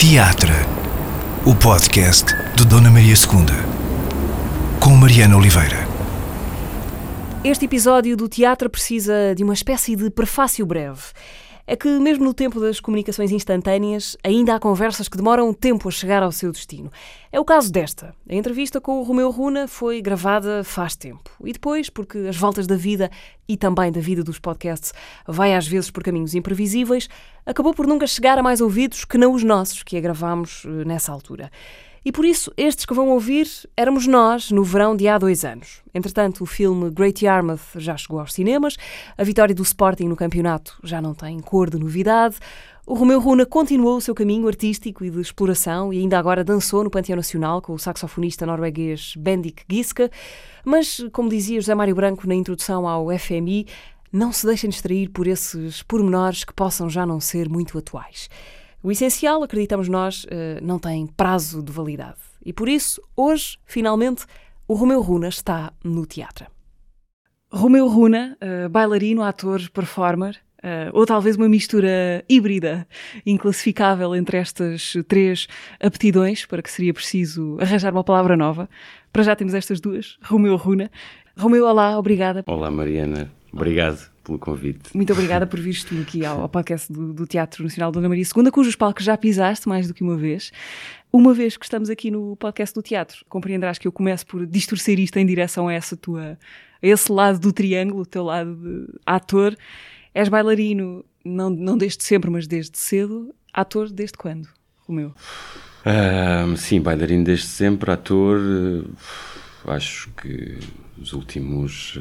Teatro, o podcast de Dona Maria II, com Mariana Oliveira. Este episódio do Teatro precisa de uma espécie de prefácio breve. É que mesmo no tempo das comunicações instantâneas, ainda há conversas que demoram um tempo a chegar ao seu destino. É o caso desta. A entrevista com o Romeu Runa foi gravada faz tempo. E depois, porque as voltas da vida e também da vida dos podcasts vai às vezes por caminhos imprevisíveis, acabou por nunca chegar a mais ouvidos que não os nossos, que a gravámos nessa altura. E por isso, estes que vão ouvir, éramos nós, no verão de há 2 anos. Entretanto, o filme Great Yarmouth já chegou aos cinemas, a vitória do Sporting no campeonato já não tem cor de novidade, o Romeu Runa continuou o seu caminho artístico e de exploração e ainda agora dançou no Panteão Nacional com o saxofonista norueguês Bendik Giske, mas, como dizia José Mário Branco na introdução ao FMI, não se deixem distrair por esses pormenores que possam já não ser muito atuais. O essencial, acreditamos nós, não tem prazo de validade. E por isso, hoje, finalmente, o Romeu Runa está no teatro. Romeu Runa, bailarino, ator, performer, ou talvez uma mistura híbrida, inclassificável entre estas 3 aptidões, para que seria preciso arranjar uma palavra nova. Para já temos estas 2, Romeu Runa. Romeu, olá, obrigada. Olá, Mariana. Obrigado pelo convite. Muito obrigada por vires tu aqui ao podcast do Teatro Nacional Dona Maria II, cujos palcos já pisaste mais do que uma vez. Uma vez que estamos aqui no podcast do teatro, compreenderás que eu começo por distorcer isto em direção a esse lado do triângulo, o teu lado de ator. És bailarino, não desde sempre, mas desde cedo. Ator desde quando, Romeu? Sim, bailarino desde sempre, ator, acho que nos últimos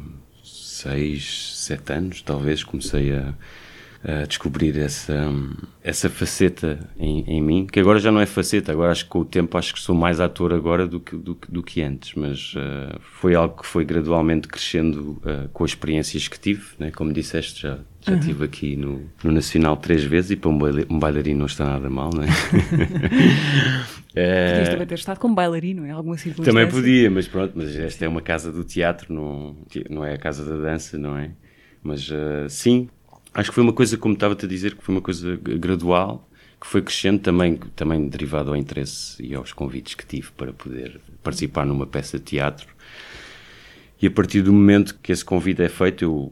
6, 7 anos, talvez, comecei a descobrir essa faceta em mim, que agora já não é faceta, agora acho que com o tempo acho que sou mais ator agora do que antes, mas foi algo que foi gradualmente crescendo com as experiências que tive, né? Como disseste, já estive aqui no Nacional 3 vezes e para um bailarino não está nada mal, não é? Podias também ter estado como bailarino em alguma circunstância. Também podia, mas pronto, mas esta é uma casa do teatro, não é a casa da dança, não é? Mas sim, acho que foi uma coisa, como estava-te a dizer, que foi uma coisa gradual, que foi crescendo também derivado ao interesse e aos convites que tive para poder participar numa peça de teatro. E a partir do momento que esse convite é feito,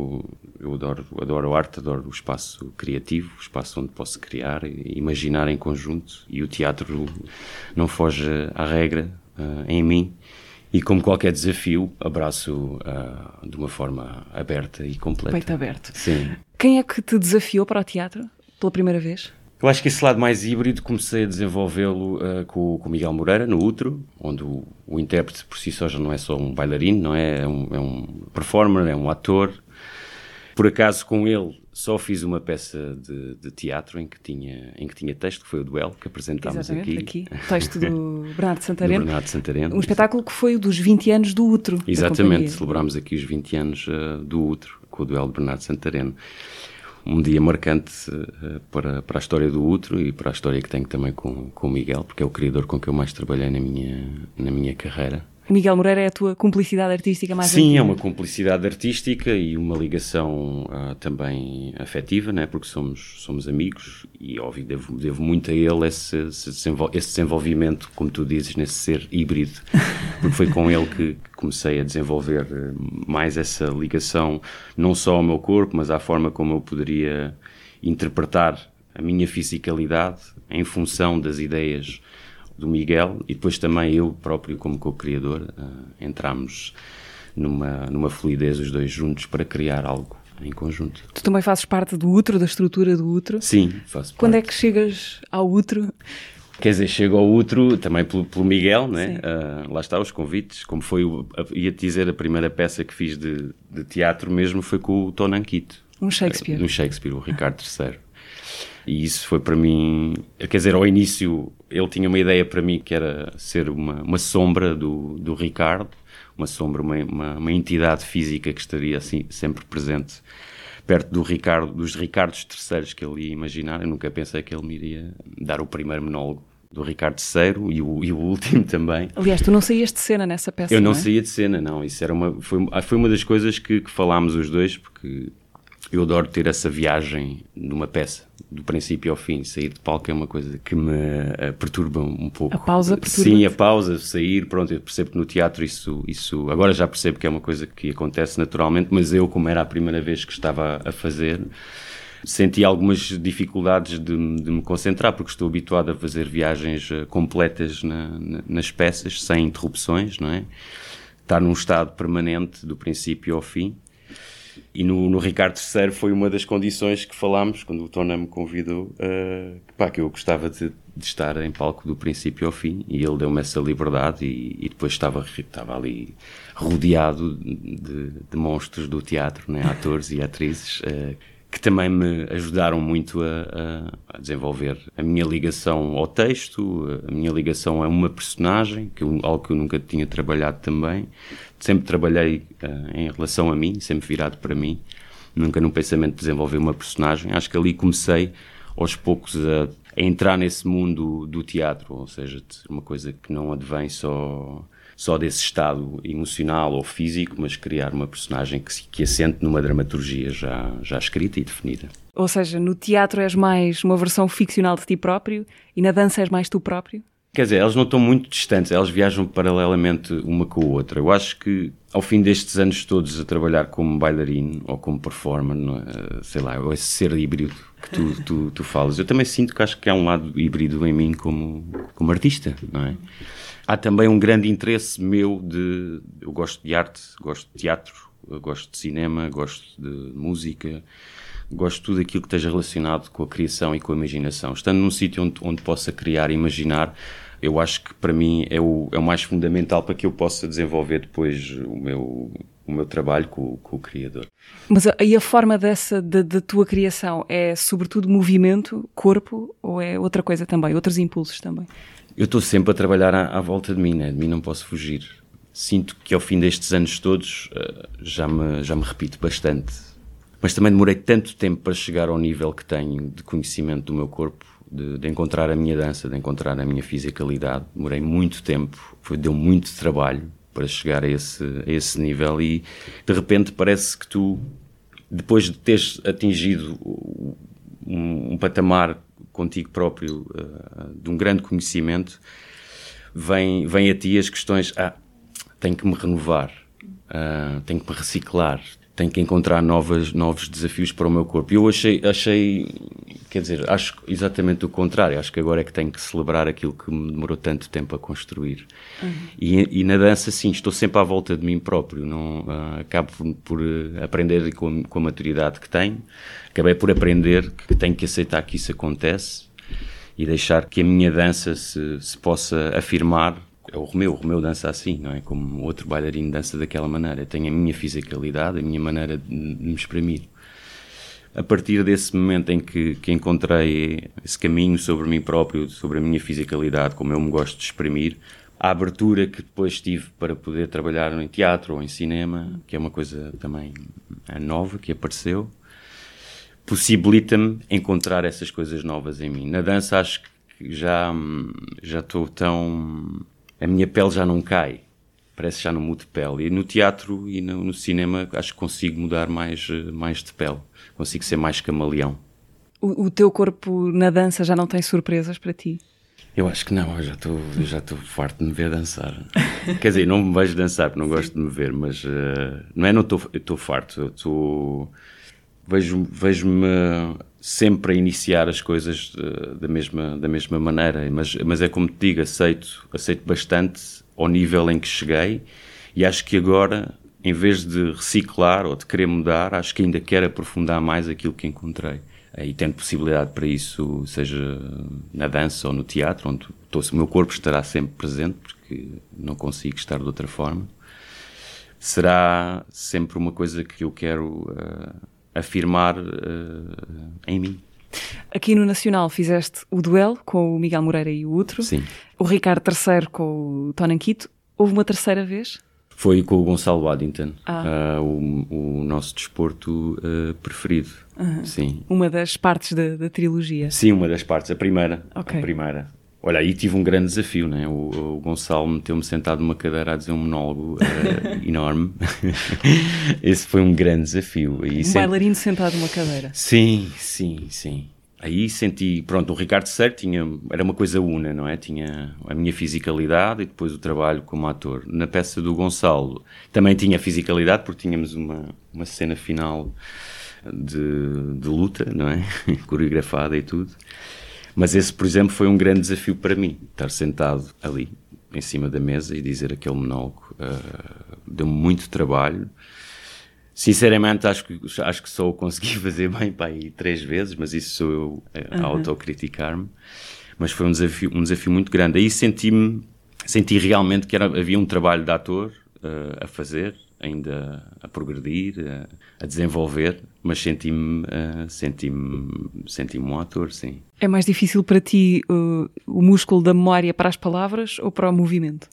eu adoro a arte, adoro o espaço criativo, o espaço onde posso criar e imaginar em conjunto, e o teatro não foge à regra em mim. E como qualquer desafio, abraço de uma forma aberta e completa. Peito aberto. Sim. Quem é que te desafiou para o teatro pela primeira vez? Eu acho que esse lado mais híbrido comecei a desenvolvê-lo com o Miguel Moreira, no Útero, onde o intérprete por si só já não é só um bailarino, não é? É um performer, é um ator. Por acaso, com ele, só fiz uma peça de teatro em que tinha texto, que foi o Duelo, que apresentámos aqui. Texto do Bernardo Santareno. Um espetáculo que foi o dos 20 anos do Útero. Exatamente, celebrámos aqui os 20 anos do Útero, com o Duelo de Bernardo Santareno. Um dia marcante para a história do Útero e para a história que tenho também com o Miguel, porque é o criador com que eu mais trabalhei na minha carreira. O Miguel Moreira é a tua cumplicidade artística mais antiga? Sim, é uma cumplicidade artística e uma ligação também afetiva, né? Porque somos amigos e, óbvio, devo muito a ele esse desenvolvimento, como tu dizes, nesse ser híbrido, porque foi com ele que comecei a desenvolver mais essa ligação, não só ao meu corpo, mas à forma como eu poderia interpretar a minha fisicalidade em função das ideias do Miguel, e depois também eu próprio como co-criador entramos numa fluidez os dois juntos para criar algo em conjunto. Tu também fazes parte do Útero, da estrutura do Útero? Sim, faço parte. Quando é que chegas ao Útero? Quer dizer, chego ao Útero também pelo Miguel, né? Lá está os convites, como foi, ia-te dizer, a primeira peça que fiz de teatro mesmo foi com o Tonanquito. Um Shakespeare. O Ricardo III. E isso foi para mim, quer dizer, ao início ele tinha uma ideia para mim que era ser uma sombra do Ricardo, uma sombra, uma entidade física que estaria assim sempre presente perto dos Ricardos III que ele ia imaginar. Eu nunca pensei que ele me iria dar o primeiro monólogo do Ricardo III e o último também. Aliás, tu não saías de cena nessa peça, Eu não é? saía de cena, não. Isso foi uma das coisas que falámos os dois, porque eu adoro ter essa viagem numa peça, do princípio ao fim. Sair de palco é uma coisa que me perturba um pouco. A pausa perturba? Sim, a pausa, sair, pronto, eu percebo que no teatro isso agora já percebo que é uma coisa que acontece naturalmente, mas eu, como era a primeira vez que estava a fazer, senti algumas dificuldades de me concentrar, porque estou habituado a fazer viagens completas nas peças, sem interrupções, não é? Estar num estado permanente do princípio ao fim. E no Ricardo III foi uma das condições que falámos quando o Tona me convidou, que eu gostava de estar em palco do princípio ao fim, e ele deu-me essa liberdade, e depois estava ali rodeado de monstros do teatro, né? Atores e atrizes, que também me ajudaram muito a desenvolver a minha ligação ao texto, a minha ligação a uma personagem, algo que eu nunca tinha trabalhado também. Sempre trabalhei em relação a mim, sempre virado para mim, nunca num pensamento de desenvolver uma personagem. Acho que ali comecei aos poucos a entrar nesse mundo do teatro, ou seja, uma coisa que não advém só desse estado emocional ou físico, mas criar uma personagem que assente numa dramaturgia já escrita e definida. Ou seja, no teatro és mais uma versão ficcional de ti próprio e na dança és mais tu próprio? Quer dizer, elas não estão muito distantes, elas viajam paralelamente uma com a outra. Eu acho que ao fim destes anos todos a trabalhar como bailarino ou como performer, sei lá, esse ser híbrido que tu falas, eu também sinto que acho que há um lado híbrido em mim como artista, não é? Há também um grande interesse meu eu gosto de arte, gosto de teatro, gosto de cinema, gosto de música, gosto de tudo aquilo que esteja relacionado com a criação e com a imaginação. Estando num sítio onde possa criar e imaginar, eu acho que para mim é o mais fundamental para que eu possa desenvolver depois o meu trabalho com o criador. Mas e a forma da tua criação é sobretudo movimento, corpo, ou é outra coisa também, outros impulsos também? Eu estou sempre a trabalhar à volta de mim, né? De mim não posso fugir. Sinto que ao fim destes anos todos já me repito bastante. Mas também demorei tanto tempo para chegar ao nível que tenho de conhecimento do meu corpo, de encontrar a minha dança, de encontrar a minha fisicalidade. Demorei muito tempo, deu muito trabalho para chegar a esse nível, e de repente parece que tu, depois de teres atingido um patamar contigo próprio de um grande conhecimento, vem a ti as questões: tenho que me renovar, tenho que me reciclar, tenho que encontrar novos desafios para o meu corpo. E eu achei, quer dizer, acho exatamente o contrário. Acho que agora é que tenho que celebrar aquilo que me demorou tanto tempo a construir. Uhum. E na dança, sim, estou sempre à volta de mim próprio. Não, acabo por aprender com a maturidade que tenho. Acabei por aprender que tenho que aceitar que isso acontece e deixar que a minha dança se possa afirmar. O Romeu dança assim, não é? Como outro bailarino dança daquela maneira. Tenho a minha fisicalidade, a minha maneira de me exprimir. A partir desse momento em que encontrei esse caminho sobre mim próprio, sobre a minha fisicalidade, como eu me gosto de exprimir, a abertura que depois tive para poder trabalhar em teatro ou em cinema, que é uma coisa também nova que apareceu, possibilita-me encontrar essas coisas novas em mim. Na dança acho que já estou tão... A minha pele já não cai, parece que já não mudo de pele. E no teatro e no cinema acho que consigo mudar mais de pele, consigo ser mais camaleão. O teu corpo na dança já não tem surpresas para ti? Eu acho que não, eu já estou farto de me ver dançar. Quer dizer, não me vejo dançar porque não gosto de me ver, mas eu estou farto, vejo-me sempre a iniciar as coisas da mesma maneira, mas é como te digo, aceito bastante ao nível em que cheguei, e acho que agora, em vez de reciclar ou de querer mudar, acho que ainda quero aprofundar mais aquilo que encontrei. E tendo possibilidade para isso, seja na dança ou no teatro, onde o meu corpo estará sempre presente, porque não consigo estar de outra forma, será sempre uma coisa que eu quero afirmar em mim. Aqui no Nacional fizeste o duelo com o Miguel Moreira e o Outro. Sim. O Ricardo III com o Tonanquito. Houve uma terceira vez? Foi com o Gonçalo Waddington, o nosso desporto preferido. Sim. Uma das partes da trilogia? Sim, uma das partes, a primeira. Okay. A primeira. Olha, aí tive um grande desafio, né? O Gonçalo meteu-me sentado numa cadeira a dizer um monólogo enorme. Esse foi um grande desafio. Bailarino sentado numa cadeira. Sim. Aí senti, pronto, o Ricardo III era uma coisa una, não é? Tinha a minha fisicalidade e depois o trabalho como ator. Na peça do Gonçalo também tinha fisicalidade, porque tínhamos uma cena final de luta, não é? Coreografada e tudo. Mas esse, por exemplo, foi um grande desafio para mim, estar sentado ali, em cima da mesa e dizer aquele monólogo. Deu-me muito trabalho. Sinceramente, acho que só o consegui fazer bem, pá, aí 3 vezes, mas isso sou eu a autocriticar-me. Mas foi um desafio muito grande. Aí senti realmente que havia um trabalho de ator a fazer, ainda a progredir, a desenvolver, mas senti-me um ator, sim. É mais difícil para ti o músculo da memória para as palavras ou para o movimento?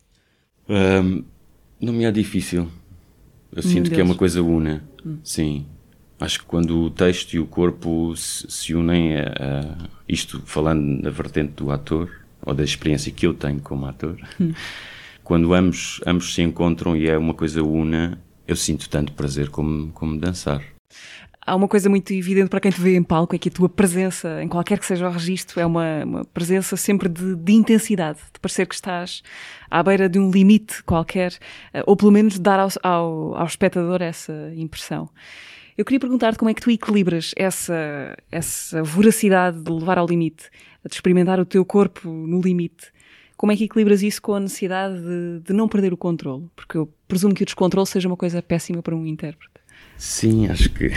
Não me é difícil. Eu sinto que é uma coisa una, sim. Acho que quando o texto e o corpo se unem, isto falando na vertente do ator, ou da experiência que eu tenho como ator, quando ambos se encontram e é uma coisa una, eu sinto tanto prazer como dançar. Há uma coisa muito evidente para quem te vê em palco, é que a tua presença, em qualquer que seja o registro, é uma presença sempre de intensidade, de parecer que estás à beira de um limite qualquer, ou pelo menos dar ao espectador essa impressão. Eu queria perguntar-te como é que tu equilibras essa voracidade de levar ao limite, de experimentar o teu corpo no limite. Como é que equilibras isso com a necessidade de não perder o controle? Porque eu presumo que o descontrole seja uma coisa péssima para um intérprete. Sim, acho que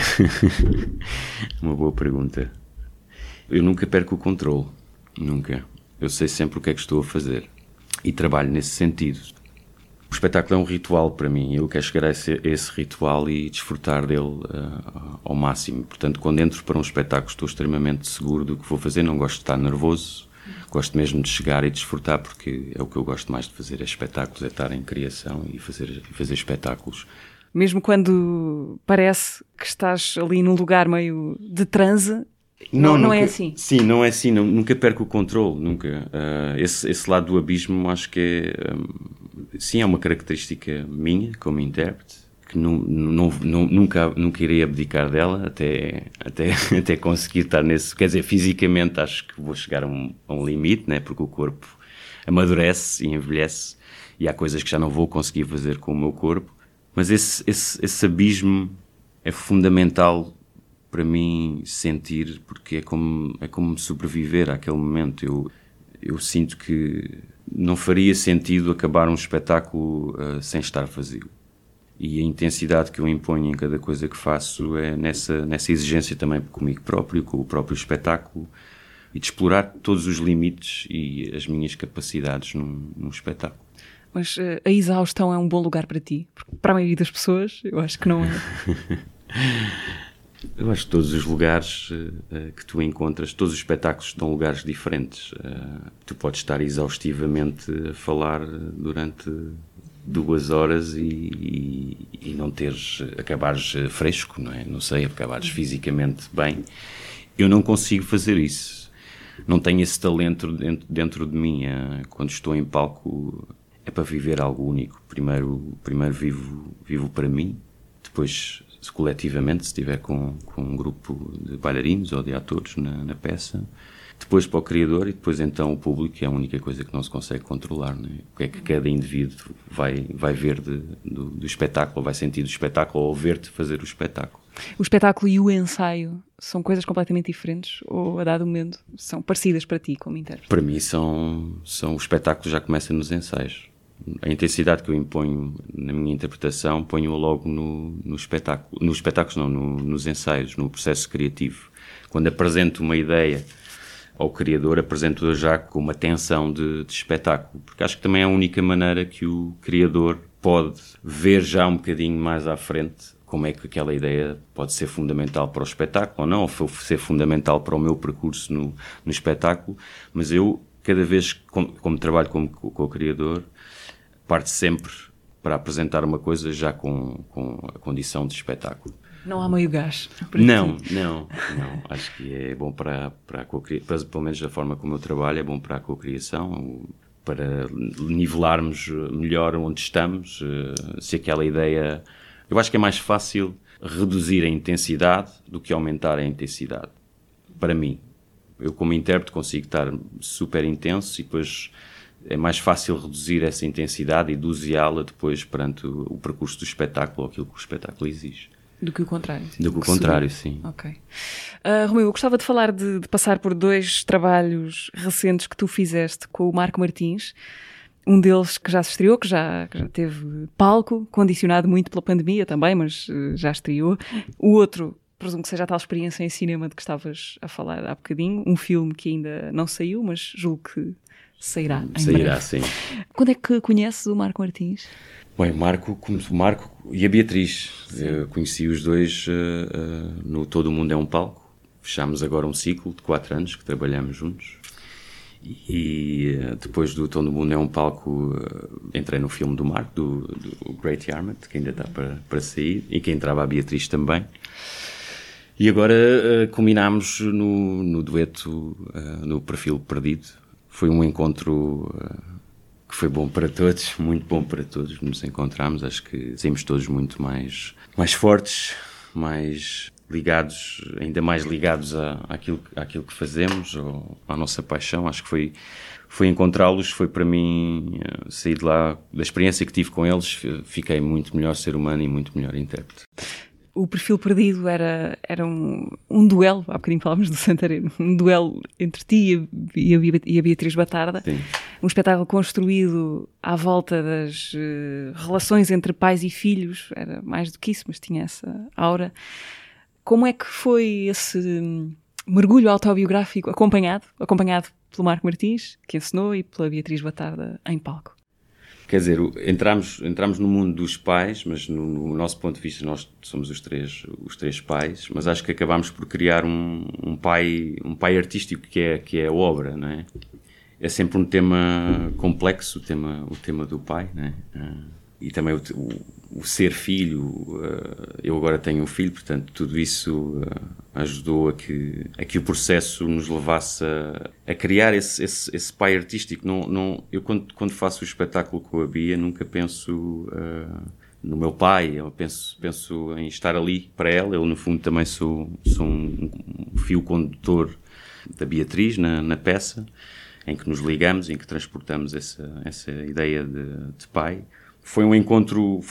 uma boa pergunta. Eu nunca perco o controle, nunca. Eu sei sempre o que é que estou a fazer e trabalho nesse sentido. O espetáculo é um ritual para mim, eu quero chegar a esse ritual e desfrutar dele ao máximo. Portanto, quando entro para um espetáculo estou extremamente seguro do que vou fazer, não gosto de estar nervoso, gosto mesmo de chegar e desfrutar, porque é o que eu gosto mais de fazer, é espetáculos, é estar em criação e fazer espetáculos. Mesmo quando parece que estás ali num lugar meio de transe, não é assim? Sim, não é assim, nunca perco o controle, nunca. Esse lado do abismo acho que sim, é uma característica minha como intérprete, que nunca irei abdicar dela até conseguir estar nesse. Quer dizer, fisicamente acho que vou chegar a um limite, né? Porque o corpo amadurece e envelhece e há coisas que já não vou conseguir fazer com o meu corpo. Mas esse abismo é fundamental para mim sentir, porque é como sobreviver àquele momento. Eu sinto que não faria sentido acabar um espetáculo sem estar vazio. E a intensidade que eu imponho em cada coisa que faço é nessa exigência também comigo próprio, com o próprio espetáculo, e de explorar todos os limites e as minhas capacidades num espetáculo. Mas a exaustão é um bom lugar para ti? Porque para a maioria das pessoas, eu acho que não é. Eu acho que todos os lugares que tu encontras, todos os espetáculos dão lugares diferentes. Tu podes estar exaustivamente a falar durante 2 horas e não acabares fresco, não é? Não sei, acabares fisicamente bem. Eu não consigo fazer isso. Não tenho esse talento dentro de mim. Quando estou em palco é para viver algo único. Primeiro vivo para mim, depois coletivamente, se estiver com um grupo de bailarinos ou de atores na peça, depois para o criador e depois então o público, que é a única coisa que não se consegue controlar, não é? O que é que cada indivíduo vai ver do espetáculo, vai sentir do espetáculo ou ver-te fazer o espetáculo. O espetáculo e o ensaio são coisas completamente diferentes ou a dado momento são parecidas para ti como intérprete? Para mim o espetáculo já começa nos ensaios. A intensidade que eu imponho na minha interpretação ponho-a logo no espetáculo. Nos espetáculos não, nos ensaios, no processo criativo. Quando apresento uma ideia ao criador, apresento-a já com uma tensão de espetáculo. Porque acho que também é a única maneira que o criador pode ver já um bocadinho mais à frente como é que aquela ideia pode ser fundamental para o espetáculo ou não, ou ser fundamental para o meu percurso no espetáculo. Mas eu, cada vez, como trabalho com o criador, parte sempre para apresentar uma coisa já com a condição de espetáculo. Não há meio gás. Não. Acho que é bom para a cocriação, pelo menos da forma como eu trabalho, é bom para a cocriação, para nivelarmos melhor onde estamos. Se aquela ideia... Eu acho que é mais fácil reduzir a intensidade do que aumentar a intensidade. Para mim. Eu, como intérprete, consigo estar super intenso e depois é mais fácil reduzir essa intensidade e doseá-la depois perante o percurso do espetáculo ou aquilo que o espetáculo exige. Do que o contrário. Do que o contrário, sim. Ok. Romeu, eu gostava de falar de passar por 2 trabalhos recentes que tu fizeste com o Marco Martins. Um deles que já se estreou, que já teve palco, condicionado muito pela pandemia também, mas já estreou. O outro, presumo que seja a tal experiência em cinema de que estavas a falar há bocadinho. Um filme que ainda não saiu, mas julgo que sairá em breve. Sairá, sim. Quando é que conheces o Marco Martins? Bem, o Marco e a Beatriz. Eu conheci os dois no Todo o Mundo é um Palco. Fechámos agora um ciclo de 4 anos que trabalhamos juntos. E depois do Todo o Mundo é um Palco, entrei no filme do Marco, do Great Yarmouth, que ainda está para sair, e que entrava a Beatriz também. E agora combinámos no dueto, no Perfil Perdido. Foi um encontro que foi bom para todos, muito bom para todos. Nos encontramos, acho que saímos todos muito mais fortes, mais ligados, ainda mais ligados àquilo que fazemos, ou à nossa paixão. Acho que foi encontrá-los, foi para mim, sair de lá, da experiência que tive com eles, fiquei muito melhor ser humano e muito melhor intérprete. O Perfil Perdido era um duelo, há bocadinho falávamos do Santareno, um duelo entre ti e a Beatriz Batarda. Sim. Um espetáculo construído à volta das relações entre pais e filhos, era mais do que isso, mas tinha essa aura. Como é que foi esse mergulho autobiográfico acompanhado pelo Marco Martins, que encenou, e pela Beatriz Batarda em palco? Quer dizer, entramos no mundo dos pais, mas no nosso ponto de vista nós somos os três pais, mas acho que acabámos por criar um pai artístico que é a obra, não é? É sempre um tema complexo, o tema do pai, não é? E também o ser filho. Eu agora tenho um filho, portanto tudo isso ajudou a que o processo nos levasse a criar esse pai artístico. Eu quando faço o espetáculo com a Bia nunca penso no meu pai, eu penso em estar ali para ela. Eu no fundo também sou um fio condutor da Beatriz na peça, em que nos ligamos, em que transportamos essa ideia de pai. Foi um encontro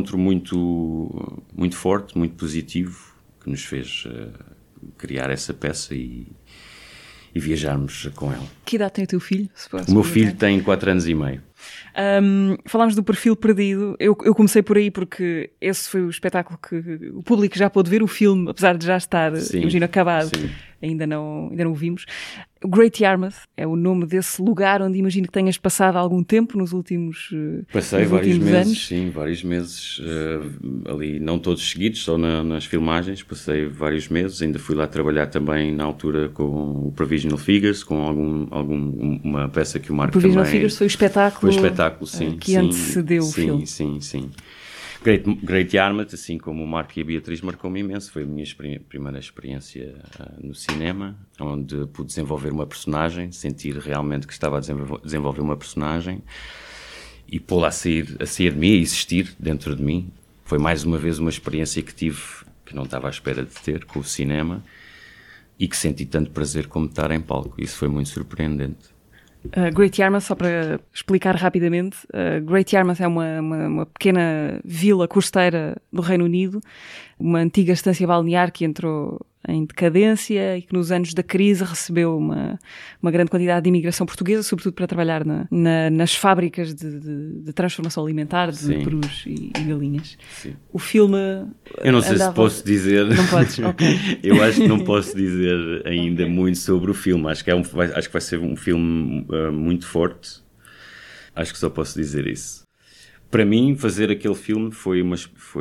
muito, muito forte, muito positivo, que nos fez criar essa peça e viajarmos com ela. Que idade tem o teu filho? O meu filho tem 4 anos e meio. Falámos do Perfil Perdido. Eu comecei por aí porque esse foi o espetáculo que o público já pôde ver. O filme, apesar de já estar, imagino, acabado, ainda não o vimos. Great Yarmouth é o nome desse lugar onde imagino que tenhas passado algum tempo nos últimos Passei vários meses, sim, vários meses ali, não todos seguidos, só nas filmagens. Passei vários meses, ainda fui lá trabalhar também na altura com o Provisional Figures, com uma peça que o Marco também... Provisional Figures foi o espetáculo, sim, que antecedeu o filme. Sim. Great Yarmouth, assim como o Marco e a Beatriz, marcou-me imenso. Foi a minha primeira experiência no cinema, onde pude desenvolver uma personagem, sentir realmente que estava a desenvolver uma personagem e pô-la a sair de mim, a existir dentro de mim. Foi mais uma vez uma experiência que tive, que não estava à espera de ter, com o cinema, e que senti tanto prazer como estar em palco. Isso foi muito surpreendente. Great Yarmouth, só para explicar rapidamente, Great Yarmouth é uma pequena vila costeira do Reino Unido, uma antiga estância balnear que entrou em decadência e que nos anos da crise recebeu uma grande quantidade de imigração portuguesa, sobretudo para trabalhar nas fábricas de transformação alimentar de perus e galinhas. Sim. O filme... Eu não sei se posso dizer... Não podes, ok. Eu acho que não posso dizer ainda muito sobre o filme. Acho que vai ser um filme muito forte. Acho que só posso dizer isso. Para mim, fazer aquele filme foi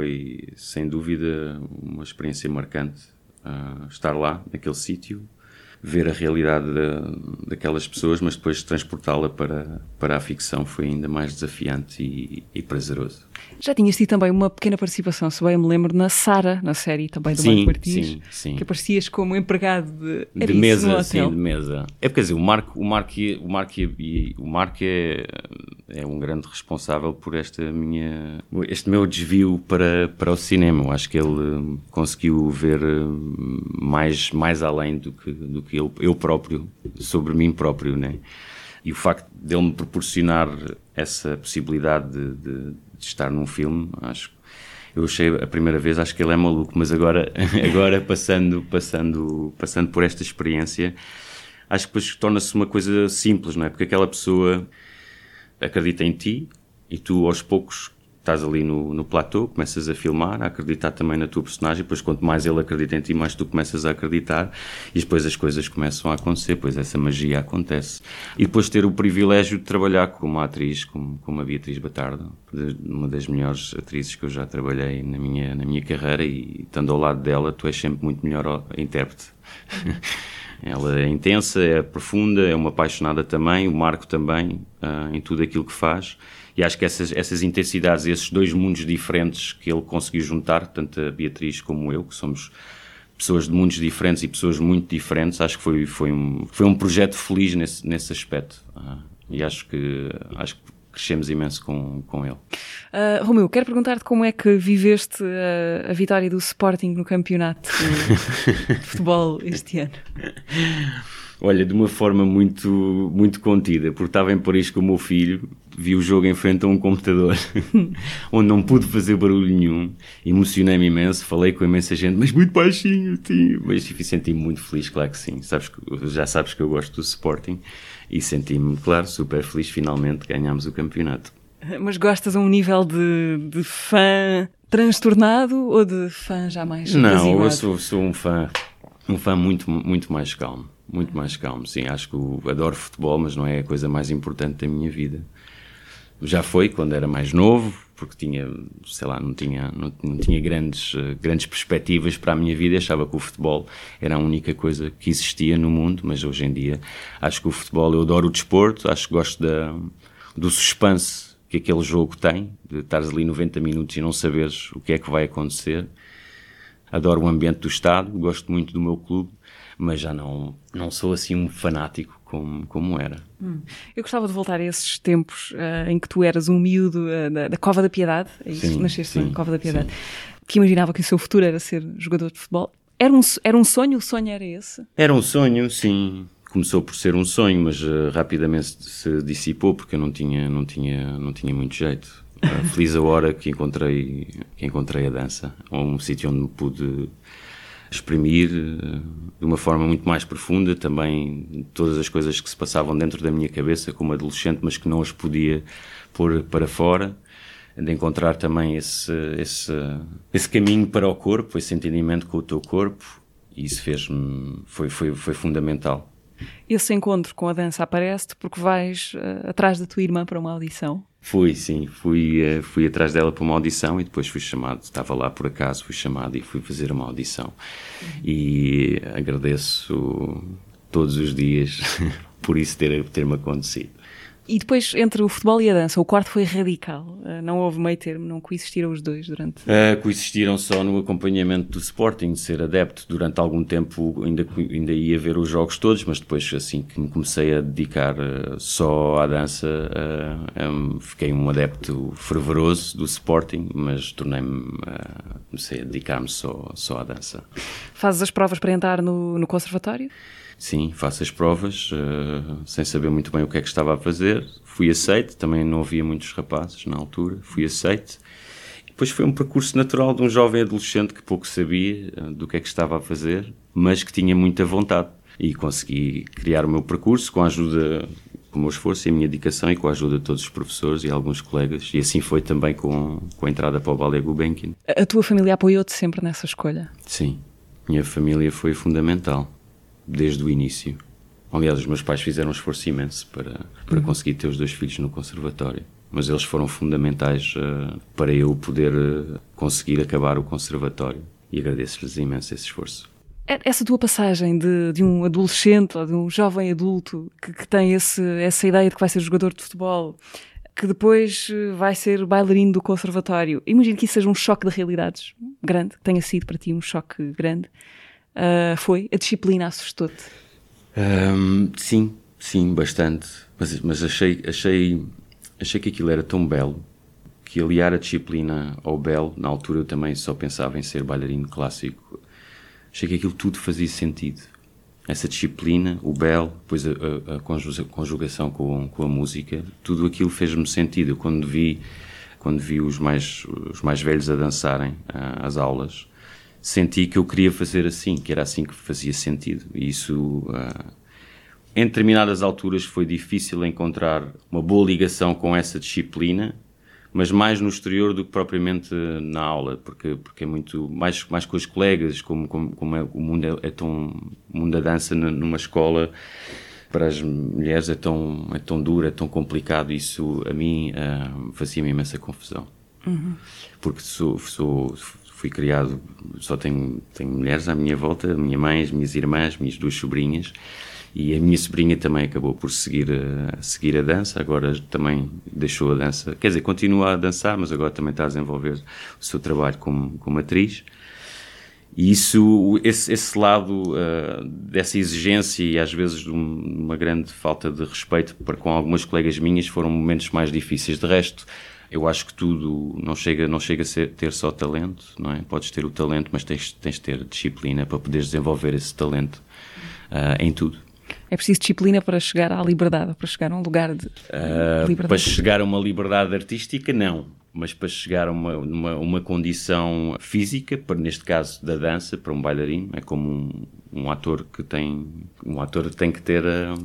sem dúvida uma experiência marcante. Estar lá, naquele sítio, ver a realidade daquelas pessoas, mas depois transportá-la para a ficção foi ainda mais desafiante e prazeroso. Já tinhas tido também uma pequena participação, se bem me lembro, na Sara, na série também do Marco Martins, sim. que aparecias como empregado de mesa, sim, de mesa. É porque, quer dizer, o Marco é um grande responsável por este meu desvio para o cinema. Eu acho que ele conseguiu ver mais além do que eu próprio, sobre mim próprio, né? E o facto de ele me proporcionar essa possibilidade de estar num filme, eu achei a primeira vez, acho que ele é maluco, mas agora passando por esta experiência, acho que depois torna-se uma coisa simples, não é? Porque aquela pessoa acredita em ti e tu aos poucos estás ali no platô, começas a filmar, a acreditar também na tua personagem, depois quanto mais ele acredita em ti, mais tu começas a acreditar e depois as coisas começam a acontecer, depois essa magia acontece. E depois ter o privilégio de trabalhar com uma atriz como a Beatriz Batardo, uma das melhores atrizes que eu já trabalhei na minha carreira, e estando ao lado dela tu és sempre muito melhor intérprete. Ela é intensa, é profunda, é uma apaixonada também, o Marco também, em tudo aquilo que faz. E acho que essas intensidades, esses dois mundos diferentes que ele conseguiu juntar, tanto a Beatriz como eu, que somos pessoas de mundos diferentes e pessoas muito diferentes, acho que foi um projeto feliz nesse aspecto. E acho que crescemos imenso com ele. Romeu, quero perguntar-te como é que viveste a vitória do Sporting no campeonato de futebol este ano. Olha, de uma forma muito, muito contida, porque estava em Paris com o meu filho, vi o jogo em frente a um computador, onde não pude fazer barulho nenhum, emocionei-me imenso, falei com imensa gente, mas muito baixinho, tio. Mas senti-me muito feliz, claro que sim. Já sabes que eu gosto do Sporting, e senti-me, claro, super feliz, finalmente ganhámos o campeonato. Mas gostas a um nível de fã transtornado ou de fã já mais Não, apaziguado? eu sou um fã muito, muito mais calmo. Muito mais calmo, sim. Acho que eu adoro futebol, mas não é a coisa mais importante da minha vida. Já foi quando era mais novo, porque tinha, sei lá, não tinha grandes perspectivas para a minha vida. Achava que o futebol era a única coisa que existia no mundo, mas hoje em dia acho que o futebol, eu adoro o desporto, acho que gosto do suspense que aquele jogo tem, de estares ali 90 minutos e não saberes o que é que vai acontecer. Adoro o ambiente do estádio, gosto muito do meu clube, mas já não sou assim um fanático como era. Eu gostava de voltar a esses tempos em que tu eras um miúdo da Cova da Piedade, é isso? Sim, Nasceste na Cova da Piedade, sim. que imaginava que o seu futuro era ser jogador de futebol. Era um sonho? O sonho era esse? Era um sonho, sim. Começou por ser um sonho, mas rapidamente se dissipou porque eu não tinha muito jeito. Feliz a hora que encontrei a dança, um sítio onde me pude exprimir de uma forma muito mais profunda também todas as coisas que se passavam dentro da minha cabeça como adolescente, mas que não as podia pôr para fora, de encontrar também esse caminho para o corpo, esse entendimento com o teu corpo, e isso foi fundamental. Esse encontro com a dança aparece-te porque vais atrás da tua irmã para uma audição? Fui atrás dela para uma audição e depois fui chamado, estava lá por acaso, fui chamado e fui fazer uma audição. E agradeço todos os dias por isso ter-me acontecido. E depois, entre o futebol e a dança, o quarto foi radical. Não houve meio termo, não coexistiram os dois durante... Coexistiram só no acompanhamento do Sporting, de ser adepto. Durante algum tempo ainda ia ver os jogos todos, mas depois, assim que me comecei a dedicar só à dança, fiquei um adepto fervoroso do Sporting, mas comecei a dedicar-me só à dança. Fazes as provas para entrar no conservatório? Sim, faço as provas, sem saber muito bem o que é que estava a fazer. Fui aceito, também não havia muitos rapazes na altura, fui aceito. Depois foi um percurso natural de um jovem adolescente que pouco sabia do que é que estava a fazer, mas que tinha muita vontade. E consegui criar o meu percurso com a ajuda, com o meu esforço e a minha dedicação e com a ajuda de todos os professores e alguns colegas. E assim foi também com a entrada para o Ballet Gulbenkian. A tua família apoiou-te sempre nessa escolha? Sim, minha família foi fundamental. Desde o início. Aliás, os meus pais fizeram um esforço imenso para conseguir ter os 2 filhos no conservatório. Mas eles foram fundamentais para eu poder conseguir acabar o conservatório. E agradeço-lhes imenso esse esforço. Essa tua passagem de um adolescente ou de um jovem adulto que tem essa ideia de que vai ser jogador de futebol, que depois vai ser bailarino do conservatório, imagino que isso seja um choque de realidades grande, que tenha sido para ti um choque grande. Foi? A disciplina assustou-te? Sim, bastante. Mas achei que aquilo era tão belo que aliar a disciplina ao belo, na altura eu também só pensava em ser bailarino clássico. Achei que aquilo tudo fazia sentido. Essa disciplina, o belo, depois a conjugação com a música, tudo aquilo fez-me sentido. Eu, quando vi os mais velhos a dançarem às aulas, senti que eu queria fazer assim, que era assim que fazia sentido. E isso, em determinadas alturas, foi difícil encontrar uma boa ligação com essa disciplina, mas mais no exterior do que propriamente na aula, porque é muito mais com os colegas, como o mundo é tão, o mundo da dança numa escola para as mulheres é tão duro, é tão complicado. Isso a mim fazia-me imensa confusão. Porque fui criado, só tenho mulheres à minha volta, a minha mãe, as minhas irmãs, minhas duas sobrinhas, e a minha sobrinha também acabou por seguir a dança, agora também deixou a dança, quer dizer, continua a dançar, mas agora também está a desenvolver o seu trabalho como atriz. E esse lado dessa exigência e às vezes de uma grande falta de respeito para com algumas colegas minhas foram momentos mais difíceis. De resto, eu acho que tudo não chega a ter só talento, não é? Podes ter o talento, mas tens de ter disciplina para poderes desenvolver esse talento em tudo. É preciso disciplina para chegar à liberdade, para chegar a um lugar de liberdade? Para chegar a uma liberdade artística, não. Mas para chegar a uma condição física, neste caso da dança, para um bailarino, é como um ator que tem que ter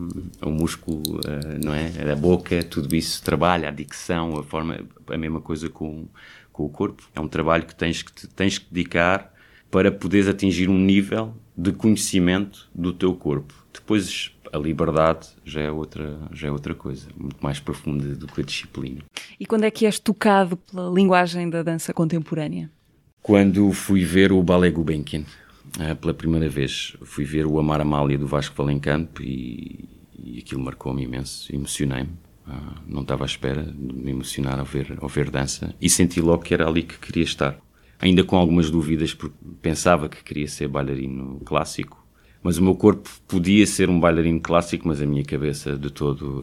o músculo, não é? A boca, tudo isso trabalha, a dicção, a forma, a mesma coisa com o corpo. É um trabalho que tens que dedicar para poderes atingir um nível de conhecimento do teu corpo. Depois a liberdade já é outra coisa, muito mais profunda do que a disciplina. E quando é que és tocado pela linguagem da dança contemporânea? Quando fui ver o Ballet Gulbenkian, pela primeira vez, fui ver o Amar Amália do Vasco Valencamp e aquilo marcou-me imenso, emocionei-me. Não estava à espera de me emocionar ao ver dança e senti logo que era ali que queria estar. Ainda com algumas dúvidas, porque pensava que queria ser bailarino clássico, mas o meu corpo podia ser um bailarino clássico, mas a minha cabeça de todo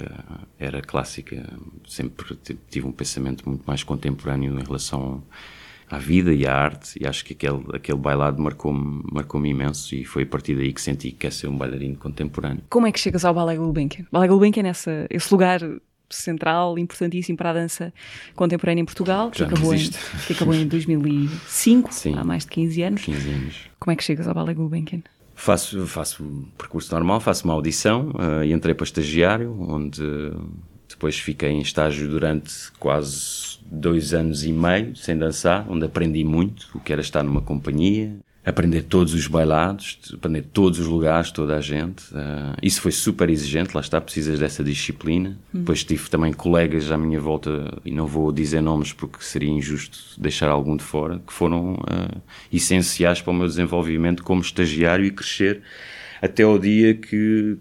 era clássica. Sempre tive um pensamento muito mais contemporâneo em relação à vida e à arte, e acho que aquele bailado marcou-me imenso, e foi a partir daí que senti que quer ser um bailarino contemporâneo. Como é que chegas ao Ballet Gulbenkian? Ballet Gulbenkian é esse lugar central, importantíssimo para a dança contemporânea em Portugal, que acabou em 2005, sim, há mais de 15 anos. 15 anos. Como é que chegas ao Ballet Gulbenkian? Faço um percurso normal, faço uma audição e entrei para estagiário, onde depois fiquei em estágio durante quase 2 anos e meio, sem dançar, onde aprendi muito o que era estar numa companhia, aprender todos os bailados, aprender todos os lugares, toda a gente. Isso foi super exigente, lá está, precisas dessa disciplina. Depois tive também colegas à minha volta, e não vou dizer nomes porque seria injusto deixar algum de fora, que foram essenciais para o meu desenvolvimento como estagiário e crescer até ao dia que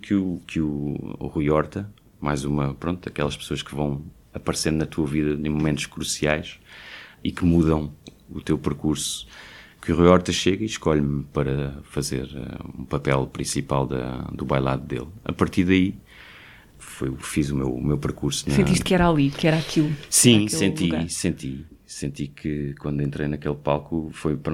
o Rui Horta, mais uma, aquelas pessoas que vão aparecendo na tua vida em momentos cruciais e que mudam o teu percurso, que o Rui Horta chega e escolhe-me para fazer um papel principal do bailado dele. A partir daí fiz o meu percurso. Sentiste que era ali, que era aquilo? Sim, senti que quando entrei naquele palco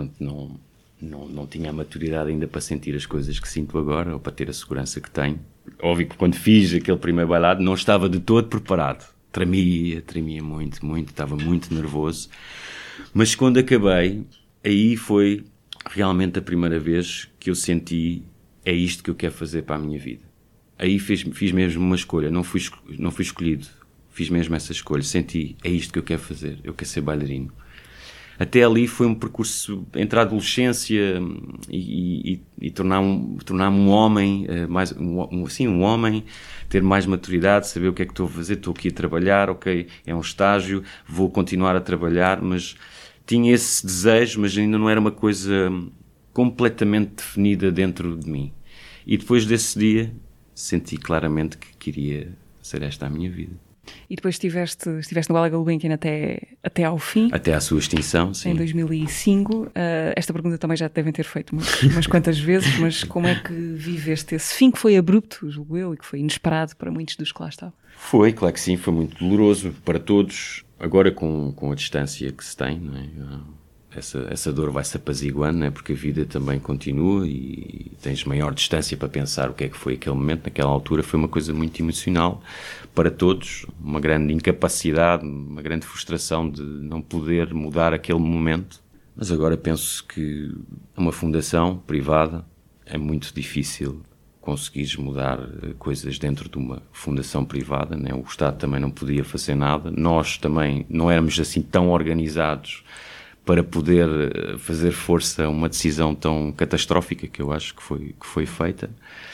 não tinha a maturidade ainda para sentir as coisas que sinto agora, ou para ter a segurança que tenho. Óbvio que quando fiz aquele primeiro bailado não estava de todo preparado. Tremia muito, estava muito nervoso. Mas quando acabei, aí foi realmente a primeira vez que eu senti, é isto que eu quero fazer para a minha vida. Aí fiz mesmo uma escolha, não fui escolhido, fiz mesmo essa escolha, senti, é isto que eu quero fazer, eu quero ser bailarino. Até ali foi um percurso entre a adolescência e tornar-me um homem, um homem, ter mais maturidade, saber o que é que estou a fazer, estou aqui a trabalhar, ok, é um estágio, vou continuar a trabalhar, mas tinha esse desejo, mas ainda não era uma coisa completamente definida dentro de mim. E depois desse dia senti claramente que queria ser esta a minha vida. E depois estiveste no Ballet Gulbenkian até ao fim. Até à sua extinção, sim. Em 2005. Esta pergunta também já te devem ter feito umas quantas vezes, mas como é que viveste esse fim que foi abrupto, julgo eu, e que foi inesperado para muitos dos que lá estavam? Foi, claro que sim, foi muito doloroso para todos. Agora com a distância que se tem, não é? Essa dor vai-se apaziguando, não é? Porque a vida também continua e tens maior distância para pensar o que é que foi aquele momento. Naquela altura foi uma coisa muito emocional para todos, uma grande incapacidade, uma grande frustração de não poder mudar aquele momento. Mas agora penso que uma fundação privada é muito difícil conseguires mudar coisas dentro de uma fundação privada, né? O Estado também não podia fazer nada, nós também não éramos assim tão organizados para poder fazer força a uma decisão tão catastrófica que eu acho que foi feita.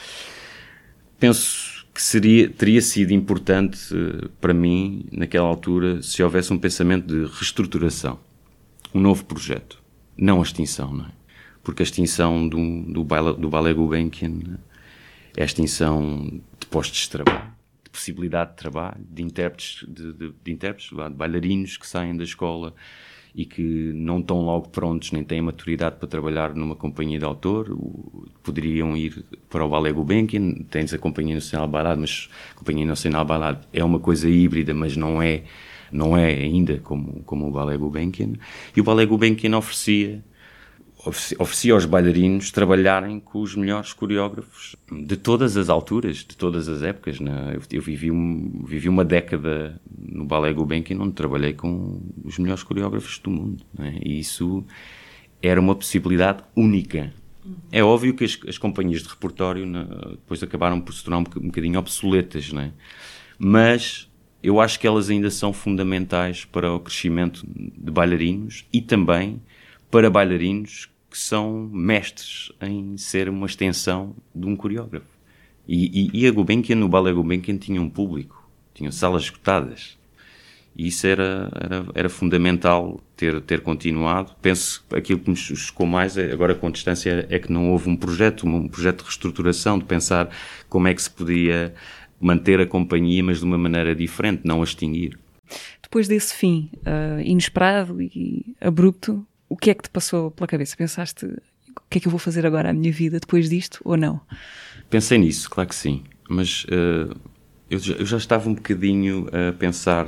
Penso que teria sido importante para mim, naquela altura, se houvesse um pensamento de reestruturação, um novo projeto, não a extinção, não é? Porque a extinção do Ballet Gulbenkian é a extinção de postos de trabalho, de possibilidade de trabalho, de intérpretes, de bailarinos que saem da escola e que não estão logo prontos, nem têm maturidade para trabalhar numa companhia de autor, poderiam ir para o Ballet Gulbenkian. Tens a Companhia Nacional de Ballet, mas a Companhia Nacional de Ballet é uma coisa híbrida, mas não é ainda como o Ballet Gulbenkian. E o Ballet Gulbenkian oferecia aos bailarinos trabalharem com os melhores coreógrafos de todas as alturas, de todas as épocas, né? Eu vivi uma década no Ballet Gulbenkian onde trabalhei com os melhores coreógrafos do mundo, né? E isso era uma possibilidade única. É óbvio que as companhias de repertório, né, depois acabaram por se tornar um bocadinho obsoletas, né? Mas eu acho que elas ainda são fundamentais para o crescimento de bailarinos e também para bailarinos que são mestres em ser uma extensão de um coreógrafo. E a Gulbenkian, no Ballet Gulbenkian, tinha um público, tinha salas esgotadas. E isso era fundamental ter continuado. Penso que aquilo que me chocou mais, agora com distância, é que não houve um projeto de reestruturação, de pensar como é que se podia manter a companhia, mas de uma maneira diferente, não a extinguir. Depois desse fim inesperado e abrupto, o que é que te passou pela cabeça? Pensaste, o que é que eu vou fazer agora à minha vida depois disto, ou não? Pensei nisso, claro que sim. Mas eu já estava um bocadinho a pensar